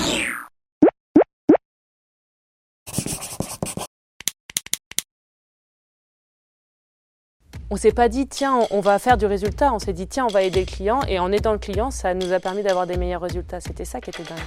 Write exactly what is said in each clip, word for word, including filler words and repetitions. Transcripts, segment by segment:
On s'est pas dit tiens on va faire du résultat, on s'est dit tiens on va aider le client et en aidant le client ça nous a permis d'avoir des meilleurs résultats. C'était ça qui était dingue.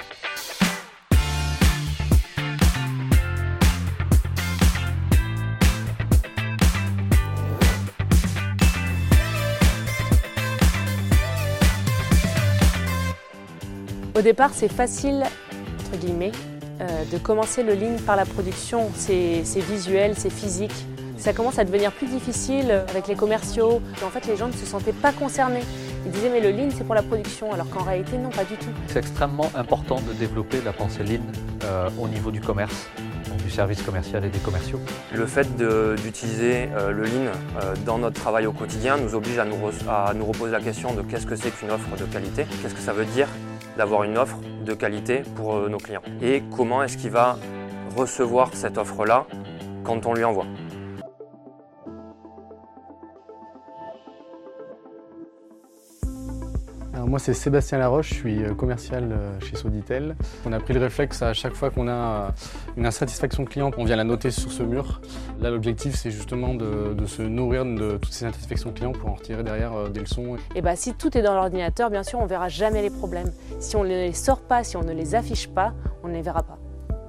Au départ c'est facile entre guillemets euh, de commencer le lean par la production, c'est visuel, c'est physique. Ça commence à devenir plus difficile avec les commerciaux. En fait, les gens ne se sentaient pas concernés. Ils disaient mais le lean c'est pour la production, alors qu'en réalité non, pas du tout. C'est extrêmement important de développer la pensée lean euh, au niveau du commerce, donc du service commercial et des commerciaux. Le fait d'utiliser euh, le lean euh, dans notre travail au quotidien nous oblige à nous, à nous reposer la question de qu'est-ce que c'est qu'une offre de qualité, qu'est-ce que ça veut dire d'avoir une offre de qualité pour euh, nos clients et comment est-ce qu'il va recevoir cette offre-là quand on lui envoie. Alors moi c'est Sébastien Laroche, je suis commercial chez Soditel. On a pris le réflexe à chaque fois qu'on a une insatisfaction client, on vient la noter sur ce mur. Là l'objectif c'est justement de, de se nourrir de toutes ces insatisfactions clients pour en retirer derrière des leçons. Et bah, si tout est dans l'ordinateur, bien sûr on ne verra jamais les problèmes. Si on ne les sort pas, si on ne les affiche pas, on ne les verra pas.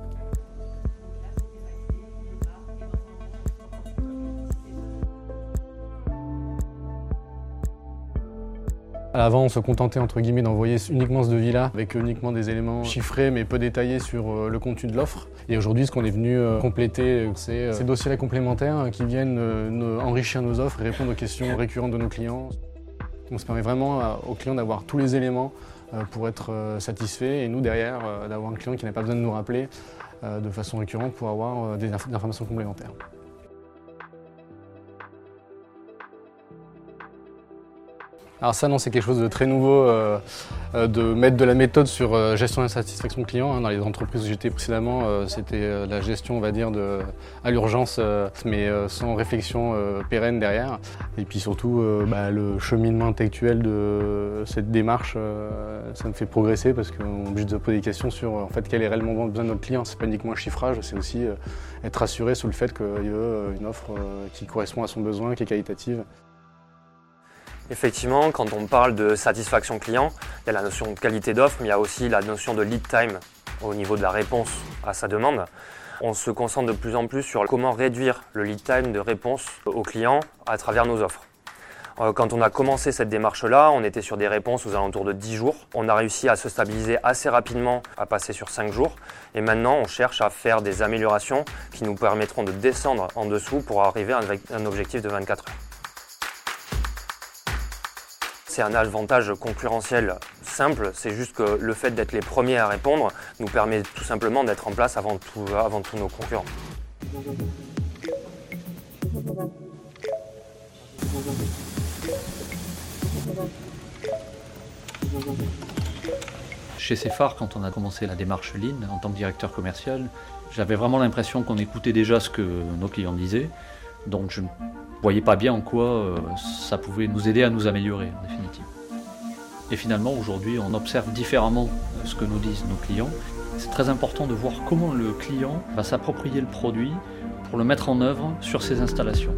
Avant, on se contentait entre guillemets d'envoyer uniquement ce devis-là avec uniquement des éléments chiffrés mais peu détaillés sur le contenu de l'offre. Et aujourd'hui, ce qu'on est venu compléter, c'est ces dossiers-là complémentaires qui viennent enrichir nos offres et répondre aux questions récurrentes de nos clients. On se permet vraiment aux clients d'avoir tous les éléments pour être satisfaits et nous derrière d'avoir un client qui n'a pas besoin de nous rappeler de façon récurrente pour avoir des informations complémentaires. Alors ça non, c'est quelque chose de très nouveau, euh, de mettre de la méthode sur euh, gestion d'insatisfaction client. Hein. Dans les entreprises où j'étais précédemment, euh, c'était euh, la gestion, on va dire, de, à l'urgence, euh, mais euh, sans réflexion euh, pérenne derrière. Et puis surtout, euh, bah, le cheminement intellectuel de cette démarche, euh, ça me fait progresser parce qu'on est obligé de se poser des questions sur en fait, quel est réellement besoin de notre client. C'est pas uniquement un chiffrage, c'est aussi euh, être rassuré sur le fait qu'il veut une offre euh, qui correspond à son besoin, qui est qualitative. Effectivement, quand on parle de satisfaction client, il y a la notion de qualité d'offre, mais il y a aussi la notion de lead time au niveau de la réponse à sa demande. On se concentre de plus en plus sur comment réduire le lead time de réponse aux clients à travers nos offres. Quand on a commencé cette démarche-là, on était sur des réponses aux alentours de dix jours. On a réussi à se stabiliser assez rapidement, à passer sur cinq jours. Et maintenant, on cherche à faire des améliorations qui nous permettront de descendre en dessous pour arriver à un objectif de vingt-quatre heures. C'est un avantage concurrentiel simple, c'est juste que le fait d'être les premiers à répondre nous permet tout simplement d'être en place avant, tout, avant tous nos concurrents. Chez Cefar, quand on a commencé la démarche Lean en tant que directeur commercial, j'avais vraiment l'impression qu'on écoutait déjà ce que nos clients disaient. Donc je ne voyais pas bien en quoi euh, ça pouvait nous aider à nous améliorer en définitive. Et finalement aujourd'hui on observe différemment ce que nous disent nos clients. C'est très important de voir comment le client va s'approprier le produit pour le mettre en œuvre sur ses installations.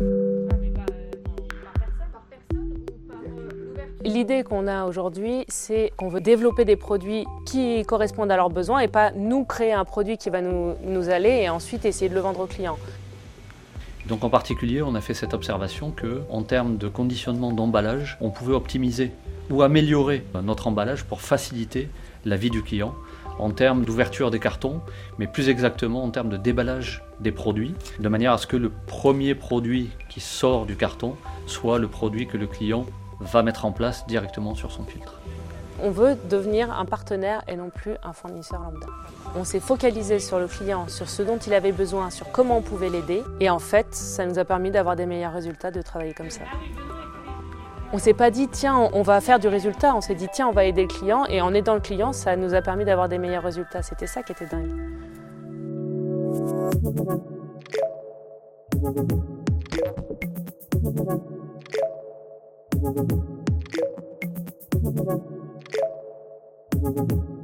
L'idée qu'on a aujourd'hui, c'est qu'on veut développer des produits qui correspondent à leurs besoins et pas nous créer un produit qui va nous, nous aller et ensuite essayer de le vendre aux clients. Donc en particulier, on a fait cette observation qu'en termes de conditionnement d'emballage, on pouvait optimiser ou améliorer notre emballage pour faciliter la vie du client en termes d'ouverture des cartons, mais plus exactement en termes de déballage des produits, de manière à ce que le premier produit qui sort du carton soit le produit que le client va mettre en place directement sur son filtre. On veut devenir un partenaire et non plus un fournisseur lambda. On s'est focalisé sur le client, sur ce dont il avait besoin, sur comment on pouvait l'aider. Et en fait, ça nous a permis d'avoir des meilleurs résultats, de travailler comme ça. On ne s'est pas dit, tiens, on va faire du résultat. On s'est dit, tiens, on va aider le client. Et en aidant le client, ça nous a permis d'avoir des meilleurs résultats. C'était ça qui était dingue. Thank you.